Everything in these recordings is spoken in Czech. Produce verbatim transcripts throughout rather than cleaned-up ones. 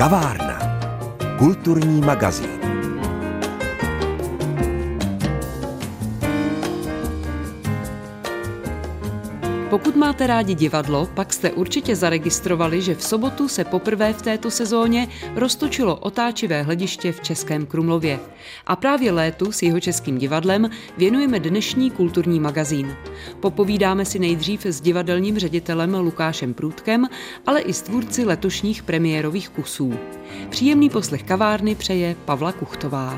Kavárna. Kulturní magazín. Pokud máte rádi divadlo, pak jste určitě zaregistrovali, že v sobotu se poprvé v této sezóně roztočilo otáčivé hlediště v Českém Krumlově. A právě létu s Jihočeským divadlem věnujeme dnešní kulturní magazín. Popovídáme si nejdřív s divadelním ředitelem Lukášem Průdkem, ale i s tvůrci letošních premiérových kusů. Příjemný poslech kavárny přeje Pavla Kuchtová.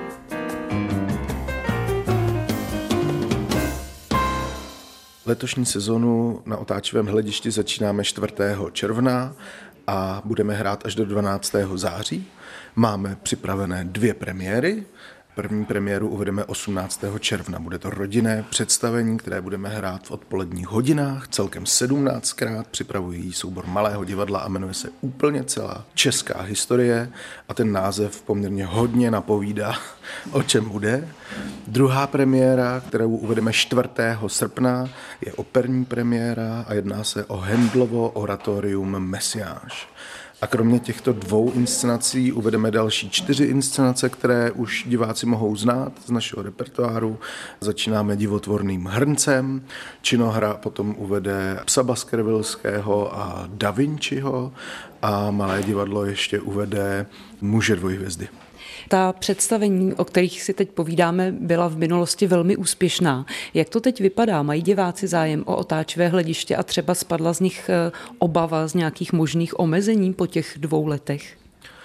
Letošní sezonu na otáčivém hledišti začínáme čtvrtého června a budeme hrát až do dvanáctého září. Máme připravené dvě premiéry. První premiéru uvedeme osmnáctého června. Bude to rodinné představení, které budeme hrát v odpoledních hodinách, celkem sedmnáctkrát. Připravují soubor Malého divadla a jmenuje se Úplně celá česká historie a ten název poměrně hodně napovídá, o čem bude. Druhá premiéra, kterou uvedeme čtvrtého srpna, je operní premiéra a jedná se o Handlovo oratorium Mesiáš. A kromě těchto dvou inscenací uvedeme další čtyři inscenace, které už diváci mohou znát z našeho repertoáru. Začínáme divotvorným Hrncem, činohra potom uvede Psa Baskervillského a Da Vinciho a Malé divadlo ještě uvede Muže dvojhvězdy. Ta představení, o kterých si teď povídáme, byla v minulosti velmi úspěšná. Jak to teď vypadá? Mají diváci zájem o otáčivé hlediště a třeba spadla z nich obava z nějakých možných omezení po těch dvou letech?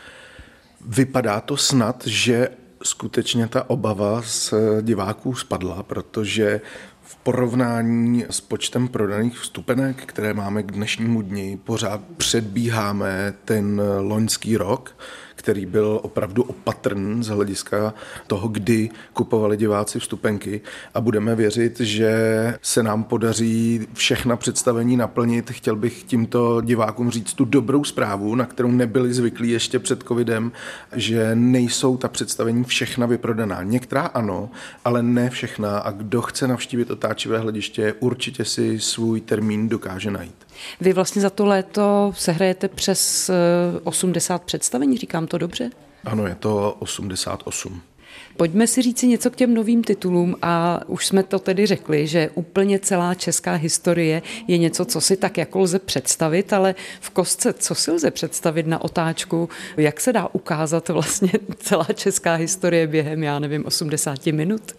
Vypadá to snad, že skutečně ta obava z diváků spadla, protože v porovnání s počtem prodaných vstupenek, které máme k dnešnímu dni, pořád předbíháme ten loňský rok, který byl opravdu opatrný z hlediska toho, kdy kupovali diváci vstupenky a budeme věřit, že se nám podaří všechna představení naplnit. Chtěl bych tímto divákům říct tu dobrou zprávu, na kterou nebyli zvyklí ještě před covidem, že nejsou ta představení všechna vyprodaná. Některá ano, ale ne všechna a kdo chce navštívit otáčivé hlediště, určitě si svůj termín dokáže najít. Vy vlastně za to léto sehrajete přes osmdesát představení, říkám to dobře? Ano, je to osmdesát osm. Pojďme si říci něco k těm novým titulům a už jsme to tedy řekli, že Úplně celá česká historie je něco, co si tak jako lze představit, ale v kostce, co si lze představit na otáčku, jak se dá ukázat vlastně celá česká historie během, já nevím, osmdesáti minut?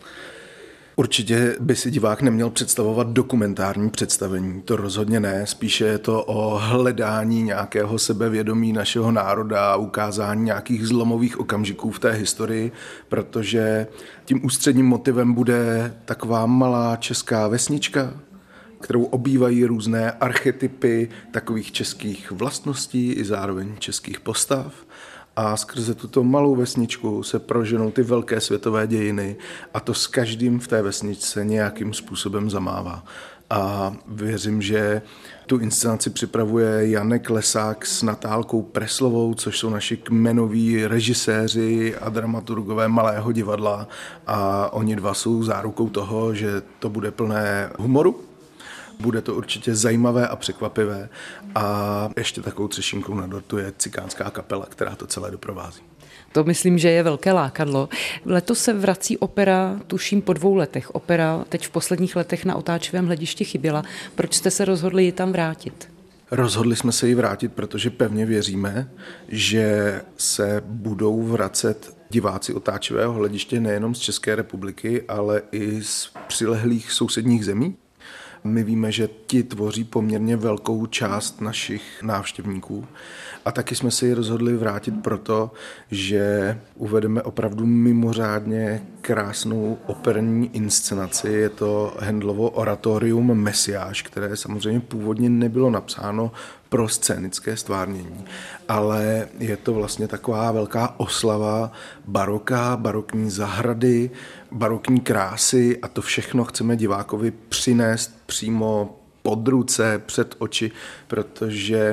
Určitě by si divák neměl představovat dokumentární představení, to rozhodně ne, spíše je to o hledání nějakého sebevědomí našeho národa a ukázání nějakých zlomových okamžiků v té historii, protože tím ústředním motivem bude taková malá česká vesnička, kterou obývají různé archetypy takových českých vlastností i zároveň českých postav. A skrze tuto malou vesničku se proženou ty velké světové dějiny a to s každým v té vesničce nějakým způsobem zamává. A věřím, že tu inscenaci připravuje Janek Lesák s Natálkou Preslovou, což jsou naši kmenoví režiséři a dramaturgové Malého divadla a oni dva jsou zárukou toho, že to bude plné humoru. Bude to určitě zajímavé a překvapivé a ještě takovou třešínkou na dortu je cikánská kapela, která to celé doprovází. To myslím, že je velké lákadlo. Letos se vrací opera, tuším po dvou letech. Opera teď v posledních letech na otáčivém hledišti chyběla. Proč jste se rozhodli ji tam vrátit? Rozhodli jsme se ji vrátit, protože pevně věříme, že se budou vracet diváci otáčivého hlediště nejenom z České republiky, ale i z přilehlých sousedních zemí. My víme, že ti tvoří poměrně velkou část našich návštěvníků a taky jsme se ji rozhodli vrátit proto, že uvedeme opravdu mimořádně krásnou operní inscenaci. Je to Handlovo oratorium Mesiáš, které samozřejmě původně nebylo napsáno pro scénické stvárnění, ale je to vlastně taková velká oslava baroka, barokní zahrady, barokní krásy a to všechno chceme divákovi přinést přímo pod ruce, před oči, protože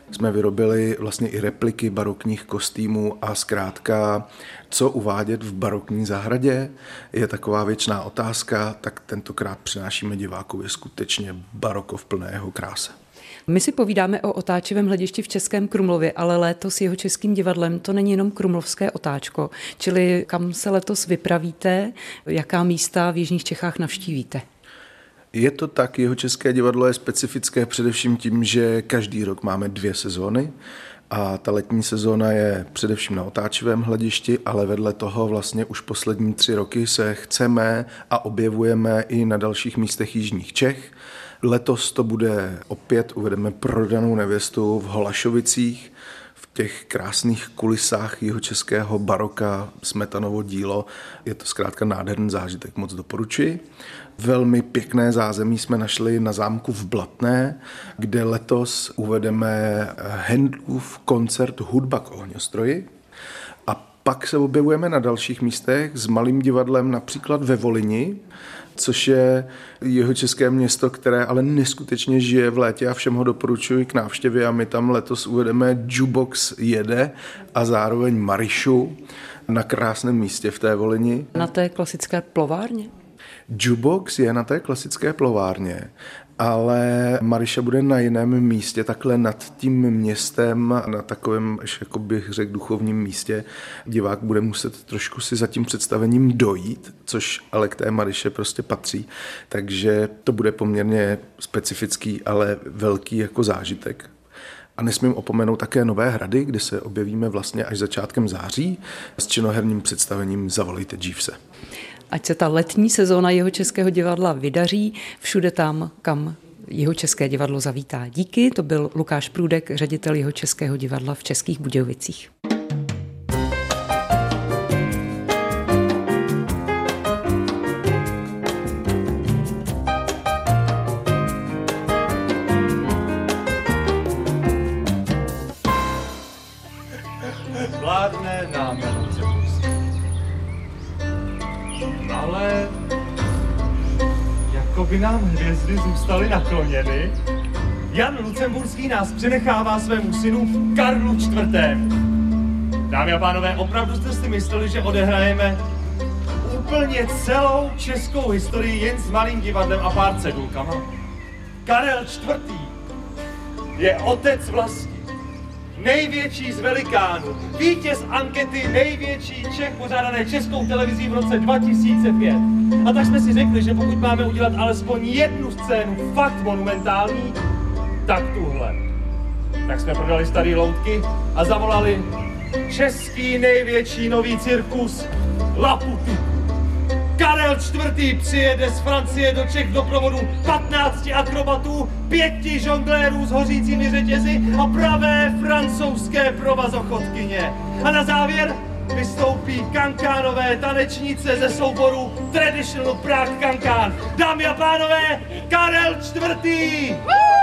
jsme vyrobili vlastně i repliky barokních kostýmů a zkrátka, co uvádět v barokní zahradě, je taková věčná otázka, tak tentokrát přinášíme divákovi skutečně baroko v plné jeho kráse. My si povídáme o otáčivém hledišti v Českém Krumlově, ale létos Jihočeským divadlem to není jenom krumlovské otáčko. Čili kam se letos vypravíte, jaká místa v jižních Čechách navštívíte? Je to tak, Jihočeské divadlo je specifické především tím, že každý rok máme dvě sezóny a ta letní sezóna je především na otáčivém hledišti, ale vedle toho vlastně už poslední tři roky se chceme a objevujeme i na dalších místech jižních Čech. Letos to bude opět, uvedeme Prodanou nevěstu v Holašovicích, v těch krásných kulisách jihočeského baroka, Smetanovo dílo. Je to zkrátka nádherný zážitek, moc doporučuji. Velmi pěkné zázemí jsme našli na zámku v Blatné, kde letos uvedeme Handlův koncert Hudba k ohňostroji. A pak se objevujeme na dalších místech s malým divadlem, například ve Volyni, což je jihočeské město, které ale neskutečně žije v létě a všem ho doporučuji k návštěvě a my tam letos uvedeme Jukebox jede a zároveň Marišu na krásném místě v té Volyni. Na té klasické plovárně? Jukebox je na té klasické plovárně, ale Mariša bude na jiném místě, takhle nad tím městem, na takovém, až jako bych řekl, duchovním místě. Divák bude muset trošku si za tím představením dojít, což ale k té Mariše prostě patří. Takže to bude poměrně specifický, ale velký jako zážitek. A nesmím opomenout také Nové Hrady, kde se objevíme vlastně až začátkem září s činoherním představením Zavolejte Jeevese. Ať se ta letní sezóna Jihočeského divadla vydaří, všude tam, kam Jihočeské divadlo zavítá. Díky, to byl Lukáš Průdek, ředitel Jihočeského divadla v Českých Budějovicích. Vládne nám ale jako by nám hvězdy zůstaly nakloněny. Jan Lucemburský nás přenechává svému synu Karlu čtvrtému. Dámy a pánové, opravdu jste si mysleli, že odehrajeme úplně celou českou historii jen s malým divadlem a pár cedulkama? Karel čtvrtý je otec vlasti. Největší z velikánů, vítěz ankety největší Čech pořádané Českou televizí v roce dva tisíce pět. A tak jsme si řekli, že pokud máme udělat alespoň jednu scénu fakt monumentální, tak tuhle. Tak jsme prodali starý loutky a zavolali český největší nový cirkus Laputu. Karel čtvrtý přijede z Francie do Čech v doprovodu patnácti akrobatů, pěti žonglérů s hořícími řetězy a pravé francouzské provazochodkyně. A na závěr vystoupí kankánové tanečnice ze souboru Traditional Prague Kankán. Dámy a pánové, Karel čtvrtý!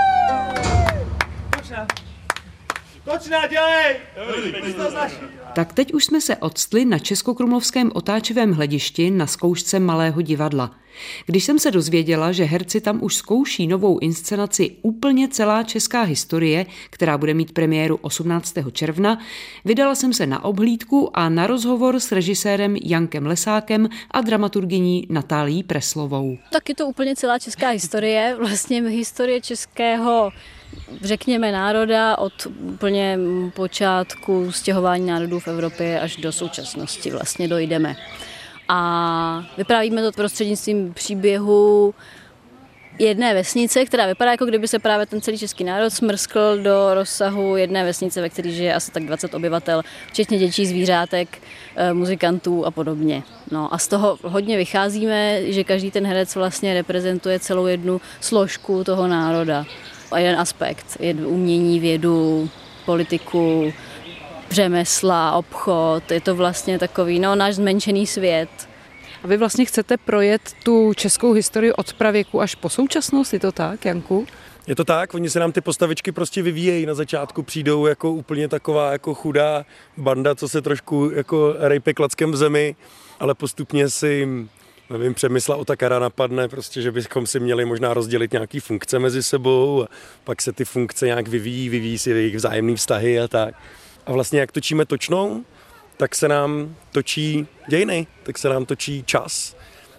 Točná. Točná, dělej! Tak teď už jsme se odstli na Českokrumlovském otáčivém hledišti na zkoušce Malého divadla. Když jsem se dozvěděla, že herci tam už zkouší novou inscenaci Úplně celá česká historie, která bude mít premiéru osmnáctého června, vydala jsem se na obhlídku a na rozhovor s režisérem Jankem Lesákem a dramaturgyní Natálií Preslovou. Tak je to úplně celá česká historie, vlastně historie českého, řekněme, národa od úplně počátku stěhování národů v Evropě až do současnosti vlastně dojdeme. A vyprávíme to prostřednictvím příběhu jedné vesnice, která vypadá, jako kdyby se právě ten celý český národ smrskl do rozsahu jedné vesnice, ve které žije asi tak dvacet obyvatel, včetně dětí, zvířátek, muzikantů a podobně. No a z toho hodně vycházíme, že každý ten herec vlastně reprezentuje celou jednu složku toho národa. A jeden aspekt, je umění, vědu, politiku, řemesla, obchod, je to vlastně takový, no, náš zmenšený svět. A vy vlastně chcete projet tu českou historii od pravěku až po současnost, je to tak, Janku? Je to tak, oni se nám ty postavičky prostě vyvíjejí, na začátku přijdou jako úplně taková jako chudá banda, co se trošku jako rejpe klackem v zemi, ale postupně si nevím, Přemysla Otakara napadne, prostě, že bychom si měli možná rozdělit nějaký funkce mezi sebou a pak se ty funkce nějak vyvíjí, vyvíjí si jejich vzájemný vztahy a tak. A vlastně jak točíme točnou, tak se nám točí dějiny, tak se nám točí čas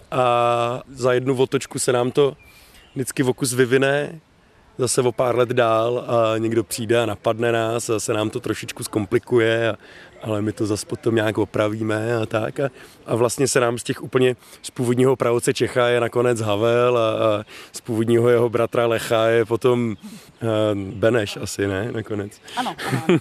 a za jednu otočku se nám to vždycky v okus vyvine, zase o pár let dál a někdo přijde a napadne nás a se nám to trošičku zkomplikuje, a, ale my to zase potom nějak opravíme a tak. A, a vlastně se nám z těch úplně z původního praotce Čecha je nakonec Havel a, a z původního jeho bratra Lecha je potom uh, Beneš asi, ne? Nakonec. Ano, ano.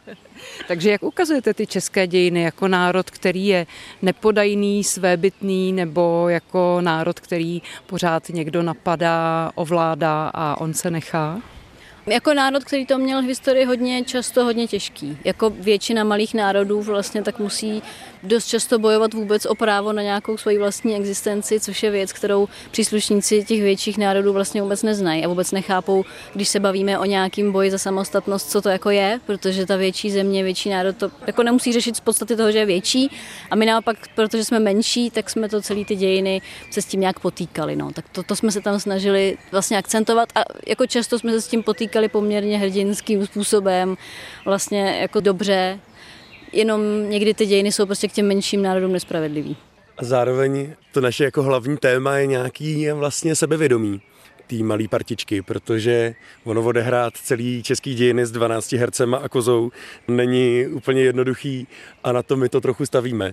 Takže jak ukazujete ty české dějiny jako národ, který je nepodajný, svébytný, nebo jako národ, který pořád někdo napadá, ovládá a on se nechá? Jako národ, který to měl v historii hodně často hodně těžký. Jako většina malých národů vlastně tak musí dost často bojovat vůbec o právo na nějakou svoji vlastní existenci, což je věc, kterou příslušníci těch větších národů vlastně vůbec neznají a vůbec nechápou, když se bavíme o nějakým boji za samostatnost, co to jako je, protože ta větší země, větší národ to jako nemusí řešit z podstaty toho, že je větší, a my naopak, protože jsme menší, tak jsme to celý ty dějiny se s tím nějak potýkali. No. Tak to, to jsme se tam snažili vlastně akcentovat a jako často jsme se s tím potýkali poměrně hrdinským způsobem, vlastně jako dobře, jenom někdy ty dějiny jsou prostě k těm menším národům nespravedlivý. A zároveň to naše jako hlavní téma je nějaký vlastně sebevědomí té malé partičky, protože ono odehrát celý český dějiny s dvanácti hercema a kozou není úplně jednoduchý a na to my to trochu stavíme,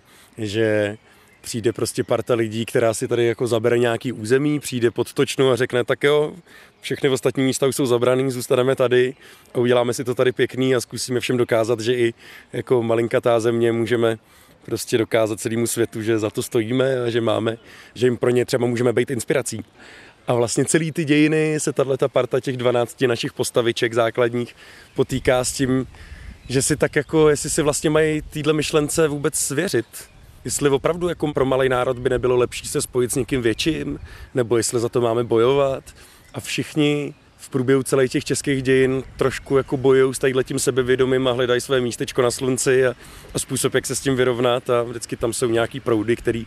že přijde prostě parta lidí, která si tady jako zabere nějaký území, přijde pod točnu a řekne, tak jo, všechny ostatní místa už jsou zabraný, zůstaneme tady a uděláme si to tady pěkný a zkusíme všem dokázat, že i jako malinkatá země můžeme prostě dokázat celému světu, že za to stojíme a že máme, že jim pro ně třeba můžeme být inspirací. A vlastně celý ty dějiny se tato parta těch dvanácti našich postaviček základních potýká s tím, že si tak jako, jestli si vlastně mají týhle myšlence vůbec věřit. Jestli opravdu jako pro malý národ by nebylo lepší se spojit s někým větším, nebo jestli za to máme bojovat. A všichni v průběhu celých těch českých dějin trošku jako bojují s tadyhletím sebevědomím a hledají své místečko na slunci a, a způsob, jak se s tím vyrovnat. A vždycky tam jsou nějaký proudy, který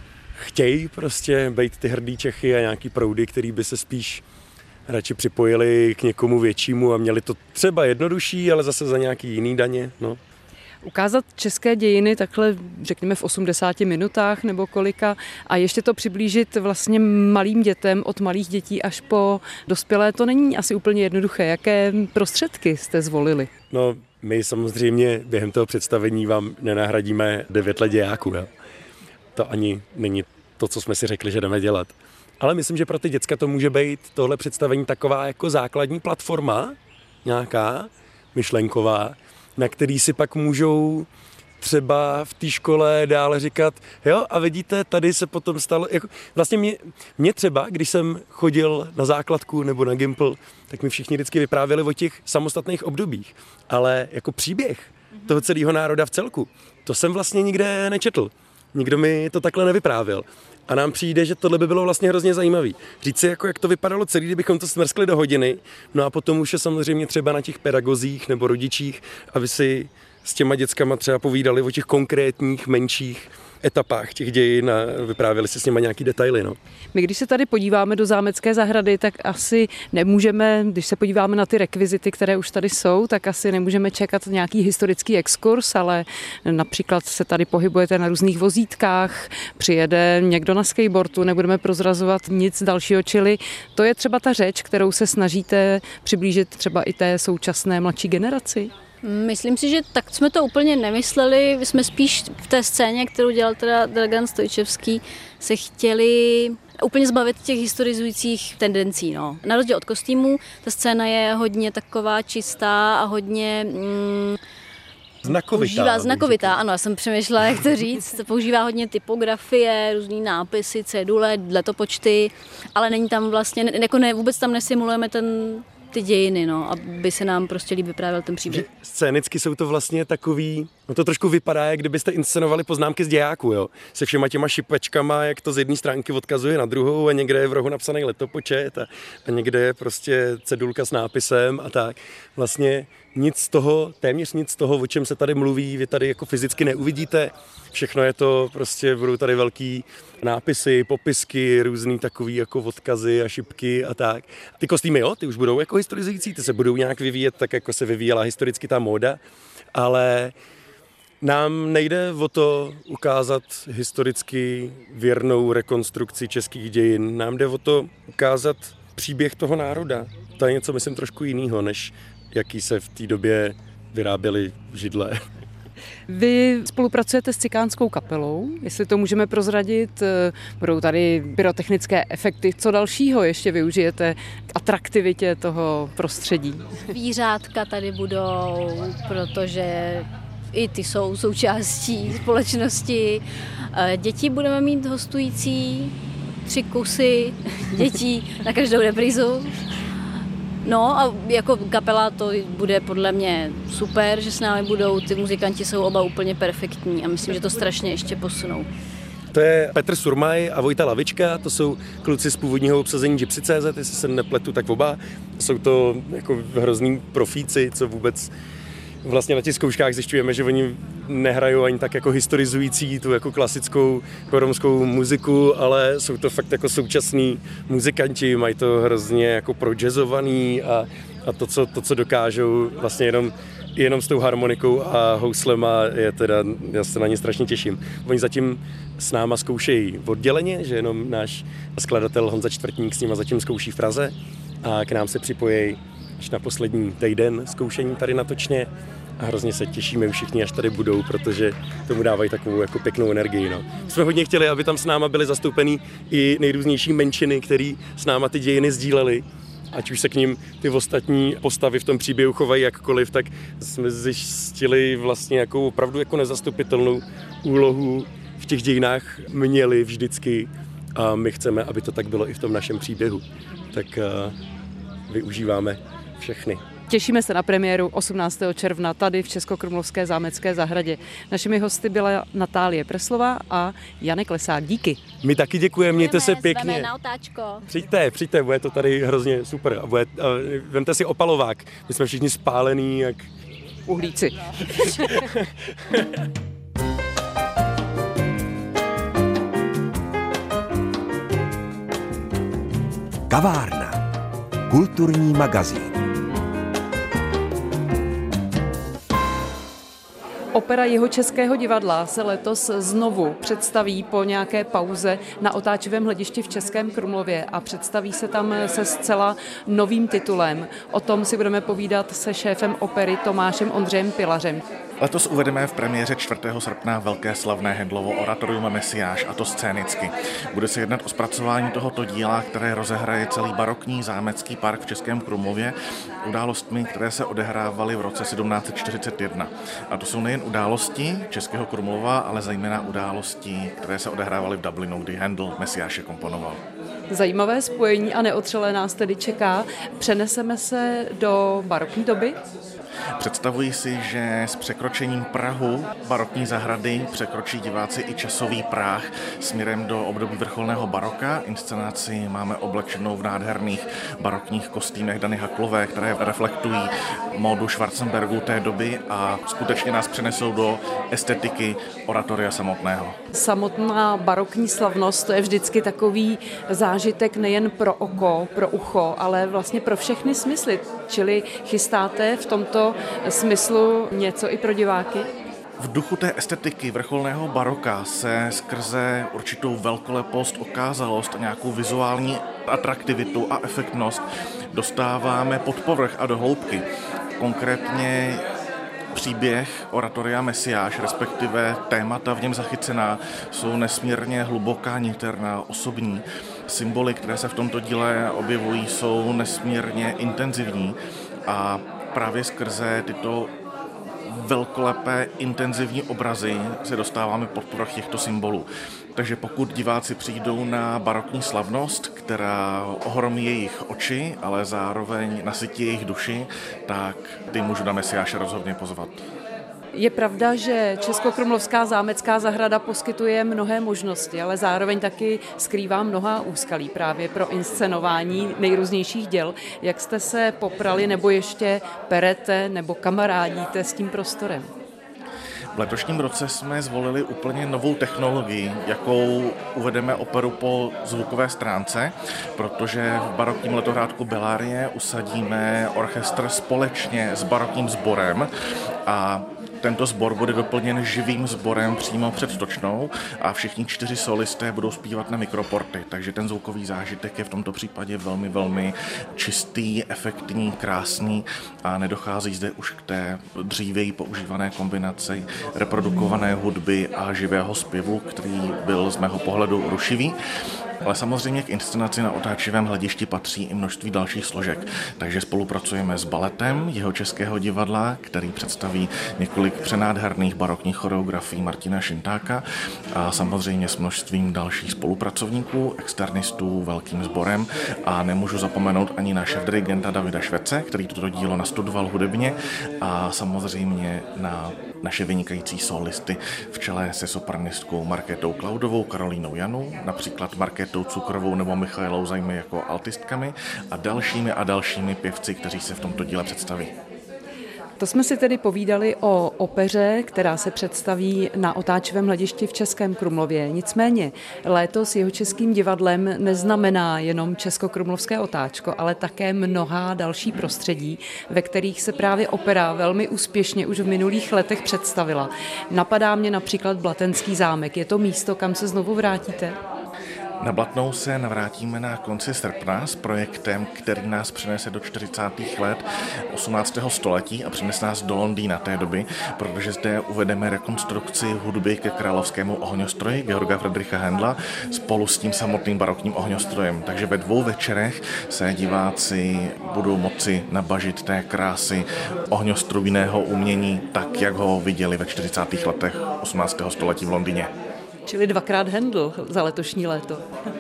chtějí prostě být ty hrdý Čechy a nějaký proudy, který by se spíš radši připojili k někomu většímu a měli to třeba jednodušší, ale zase za nějaký jiný daně. No. Ukázat české dějiny takhle, řekněme, v osmdesáti minutách nebo kolika a ještě to přiblížit vlastně malým dětem, od malých dětí až po dospělé, to není asi úplně jednoduché. Jaké prostředky jste zvolili? No, my samozřejmě během toho představení vám nenahradíme devět let dějáků. Jo? To ani není to, co jsme si řekli, že jdeme dělat. Ale myslím, že pro ty děcka to může být tohle představení taková jako základní platforma, nějaká myšlenková, na který si pak můžou třeba v té škole dále říkat, jo, a vidíte, tady se potom stalo, jako, vlastně mě, mě třeba, když jsem chodil na základku nebo na Gimpl, tak mi všichni vždycky vyprávěli o těch samostatných obdobích, ale jako příběh toho celého národa v celku, to jsem vlastně nikde nečetl. Nikdo mi to takhle nevyprávěl. A nám přijde, že tohle by bylo vlastně hrozně zajímavý. Říct si, jako, jak to vypadalo celý, kdybychom to smrskli do hodiny. No a potom už je samozřejmě třeba na těch pedagozích nebo rodičích, aby si s těma dětskama třeba povídali o těch konkrétních, menších etapách těch dějin a vyprávěli si s nimi nějaký detaily. No. My když se tady podíváme do zámecké zahrady, tak asi nemůžeme, když se podíváme na ty rekvizity, které už tady jsou, tak asi nemůžeme čekat nějaký historický exkurs, ale například se tady pohybujete na různých vozítkách, přijede někdo na skateboardu, nebudeme prozrazovat nic dalšího, čili to je třeba ta řeč, kterou se snažíte přiblížit třeba i té současné mladší generaci. Myslím si, že tak jsme to úplně nemysleli, jsme spíš v té scéně, kterou dělal teda Dragan Stojčevský, se chtěli úplně zbavit těch historizujících tendencí. No. Na rozdíl od kostýmů, ta scéna je hodně taková čistá a hodně... Mm, Znakovitá. Používá, znakovitá, ano, já jsem přemýšlela, jak to říct. Používá hodně typografie, různý nápisy, cedule, letopočty, ale není tam vlastně, jako ne, vůbec tam nesimulujeme ten ty dějiny, no, aby se nám prostě líp vyprávěl ten příběh. Scénicky jsou to vlastně takový, no to trošku vypadá, jak kdybyste inscenovali poznámky z dějáků, jo, se všema těma šipečkama, jak to z jedné stránky odkazuje na druhou a někde je v rohu napsaný letopočet a, a někde je prostě cedulka s nápisem a tak. Vlastně nic z toho, téměř nic z toho, o čem se tady mluví, vy tady jako fyzicky neuvidíte. Všechno je to prostě, budou tady velký nápisy, popisky, různý takový jako odkazy a šipky a tak. Ty kostýmy, jo, ty už budou jako historizující, ty se budou nějak vyvíjet tak, jako se vyvíjela historicky ta móda, ale nám nejde o to ukázat historicky věrnou rekonstrukci českých dějin, nám jde o to ukázat příběh toho národa. To je něco, myslím, trošku jiného, než jaký se v té době vyráběly židle. Vy spolupracujete s cikánskou kapelou, jestli to můžeme prozradit, budou tady pyrotechnické efekty, co dalšího ještě využijete k atraktivitě toho prostředí? Zvířátka tady budou, protože i ty jsou součástí společnosti. Děti budeme mít hostující, tři kusy dětí na každou reprízu. No a jako kapela to bude podle mě super, že s námi budou, ty muzikanti jsou oba úplně perfektní a myslím, že to strašně ještě posunou. To je Petr Surmaj a Vojta Lavička, to jsou kluci z původního obsazení Gypsy tečka cé zet, jestli se nepletu, tak oba. Jsou to jako hrozný profíci, co vůbec vlastně na těch zkouškách zjišťujeme, že oni nehrajou ani tak jako historizující tu jako klasickou romskou muziku, ale jsou to fakt jako současní muzikanti, mají to hrozně jako projazzovaný a, a to, co, to, co dokážou vlastně jenom, jenom s tou harmonikou a houslema, je teda, já se na ně strašně těším. Oni zatím s náma zkoušejí odděleně, že jenom náš skladatel Honza Čtvrtník s nima zatím zkouší v Praze a k nám se připojí až na poslední týden zkoušení tady na Točně a hrozně se těšíme už všichni, až tady budou, protože tomu dávají takovou jako pěknou energii. No. Jsme hodně chtěli, aby tam s náma byly zastoupený i nejrůznější menšiny, který s náma ty dějiny sdíleli. Ať už se k ním ty ostatní postavy v tom příběhu chovají jakkoliv, tak jsme zjistili vlastně jako opravdu jako nezastupitelnou úlohu v těch dějinách měli vždycky a my chceme, aby to tak bylo i v tom našem příběhu. Tak uh, využíváme všechny. Těšíme se na premiéru osmnáctého června tady v Českokrumlovské zámecké zahradě. Našimi hosty byla Natálie Preslová a Janek Lesák. Díky. My taky děkujeme, mějte se pěkně. Zveme na otáčko. Přijďte, přijďte, bude to tady hrozně super. A bude, a vemte si opalovák, my jsme všichni spálení jak uhlíci. Kavárna. Kulturní magazín. Opera Jihočeského divadla se letos znovu představí po nějaké pauze na otáčivém hledišti v Českém Krumlově a představí se tam se zcela novým titulem. O tom si budeme povídat se šéfem opery Tomášem Ondřejem Pilařem. Letos uvedeme v premiéře čtvrtého srpna velké slavné Handlovo oratorium Mesiáš, a to scénicky. Bude se jednat o zpracování tohoto díla, které rozehraje celý barokní zámecký park v Českém Krumlově událostmi, které se odehrávaly v roce sedmnáct set čtyřicet jedna. A to jsou nejen události Českého Krumlova, ale zejména události, které se odehrávaly v Dublinu, kdy Handl Mesiáše komponoval. Zajímavé spojení a neotřelé nás tedy čeká. Přeneseme se do barokní doby? Představuji si, že s překročením prahu barokní zahrady překročí diváci i časový práh směrem do období vrcholného baroka. Inscenaci máme oblečenou v nádherných barokních kostýmech Dany Haklové, které reflektují módu Schwarzenbergu té doby a skutečně nás přenesou do estetiky oratoria samotného. Samotná barokní slavnost, to je vždycky takový zážitek nejen pro oko, pro ucho, ale vlastně pro všechny smysly. Čili chystáte v tomto smyslu něco i pro diváky? V duchu té estetiky vrcholného baroka se skrze určitou velkolepost, okázalost a nějakou vizuální atraktivitu a efektnost dostáváme pod povrch a do hloubky. Konkrétně příběh oratoria Mesiáš, respektive témata v něm zachycená, jsou nesmírně hluboká, niterná, osobní. Symboly, které se v tomto díle objevují, jsou nesmírně intenzivní a právě skrze tyto velkolepé, intenzivní obrazy se dostáváme pod povrch těchto symbolů. Takže pokud diváci přijdou na barokní slavnost, která ohromí jejich oči, ale zároveň nasytí jejich duši, tak ty můžu na Mesiáše rozhodně pozvat. Je pravda, že Českokrumlovská zámecká zahrada poskytuje mnohé možnosti, ale zároveň taky skrývá mnohá úskalí právě pro inscenování nejrůznějších děl. Jak jste se poprali nebo ještě perete nebo kamarádíte s tím prostorem? V letošním roce jsme zvolili úplně novou technologii, jakou uvedeme operu po zvukové stránce, protože v barokním letohrádku Bellarie usadíme orchestr společně s barokním sborem a tento sbor bude doplněn živým sborem přímo před točnou a všichni čtyři solisté budou zpívat na mikroporty, takže ten zvukový zážitek je v tomto případě velmi, velmi čistý, efektní, krásný a nedochází zde už k té dřívěji používané kombinaci reprodukované hudby a živého zpěvu, který byl z mého pohledu rušivý. Ale samozřejmě k inscenaci na otáčivém hledišti patří i množství dalších složek. Takže spolupracujeme s baletem Jihočeského divadla, který představí několik přenádherných barokních choreografií Martina Šintáka a samozřejmě s množstvím dalších spolupracovníků, externistů, velkým sborem a nemůžu zapomenout ani na šéfdirigenta Davida Švece, který toto dílo nastudoval hudebně a samozřejmě na naše vynikající solisty v čele se sopranistkou Markétou Klaudovou, Karolínou Janu, například Markétou Cukrovou nebo Michailou Zajmy jako altistkami a dalšími a dalšími pěvci, kteří se v tomto díle představí. To jsme si tedy povídali o opeře, která se představí na otáčivém hledišti v Českém Krumlově. Nicméně léto s Jihočeským divadlem neznamená jenom Českokrumlovské otáčko, ale také mnohá další prostředí, ve kterých se právě opera velmi úspěšně už v minulých letech představila. Napadá mě například Blatenský zámek. Je to místo, kam se znovu vrátíte? Na Blatnou se navrátíme na konci srpna s projektem, který nás přinese do čtyřicátých let osmnáctého století a přinese nás do Londýna té doby, protože zde uvedeme rekonstrukci hudby ke královskému ohňostroji Georga Friedricha Händla spolu s tím samotným barokním ohňostrojem. Takže ve dvou večerech se diváci budou moci nabažit té krásy ohňostrojného umění, tak jak ho viděli ve čtyřicátých letech osmnáctého století v Londýně. Čili dvakrát Händel za letošní léto.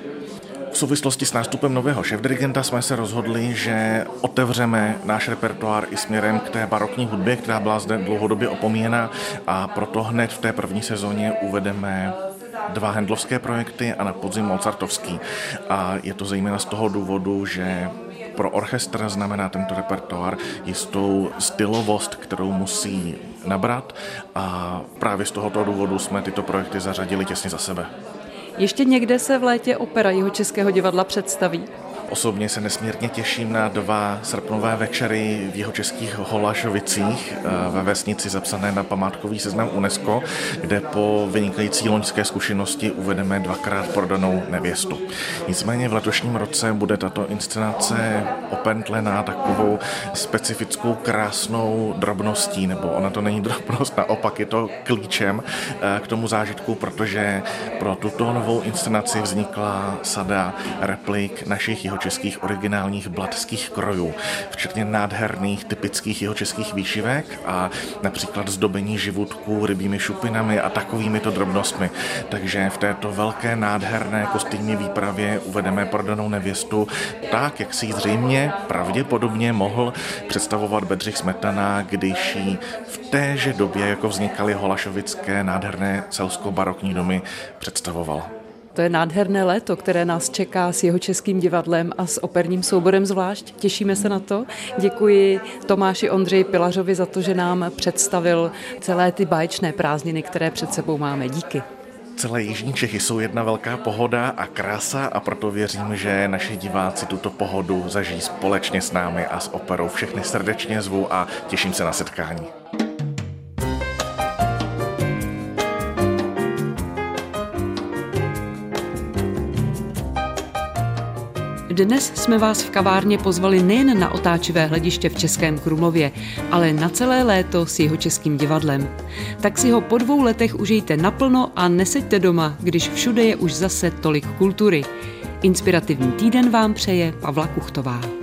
V souvislosti s nástupem nového šéfdirigenta jsme se rozhodli, že otevřeme náš repertoár i směrem k té barokní hudbě, která byla zde dlouhodobě opomíjena a proto hned v té první sezóně uvedeme dva Händlovské projekty a na podzim Mozartovský. A je to zejména z toho důvodu, že pro orchestr znamená tento repertoár jistou stylovost, kterou musí nabrat a právě z tohoto důvodu jsme tyto projekty zařadili těsně za sebe. Ještě někde se v létě opera Jihočeského divadla představí? Osobně se nesmírně těším na dva srpnové večery v jihočeských Holašovicích ve vesnici zapsané na památkový seznam UNESCO, kde po vynikající loňské zkušenosti uvedeme dvakrát prodanou nevěstu. Nicméně v letošním roce bude tato inscenace opentlená takovou specifickou krásnou drobností, nebo ona to není drobnost, naopak je to klíčem k tomu zážitku, protože pro tuto novou inscenaci vznikla sada replik našich jihočeských originálních blatských krojů, včetně nádherných typických jihočeských výšivek a například zdobení živutků rybími šupinami a takovými to drobnostmi. Takže v této velké nádherné kostýmní výpravě uvedeme prodanou nevěstu tak, jak si ji zřejmě pravděpodobně mohl představovat Bedřich Smetana, když ji v téže době, jako vznikaly holašovické nádherné selsko-barokní domy, představoval. To je nádherné léto, které nás čeká s Jihočeským divadlem a s operním souborem zvlášť. Těšíme se na to. Děkuji Tomáši Ondřeji Pilařovi za to, že nám představil celé ty báječné prázdniny, které před sebou máme. Díky. Celé jižní Čechy jsou jedna velká pohoda a krása a proto věřím, že naši diváci tuto pohodu zažijí společně s námi a s operou. Všechny srdečně zvu a těším se na setkání. Dnes jsme vás v kavárně pozvali nejen na otáčivé hlediště v Českém Krumlově, ale na celé léto s Jihočeským divadlem. Tak si ho po dvou letech užijte naplno a neseďte doma, když všude je už zase tolik kultury. Inspirativní týden vám přeje Pavla Kuchtová.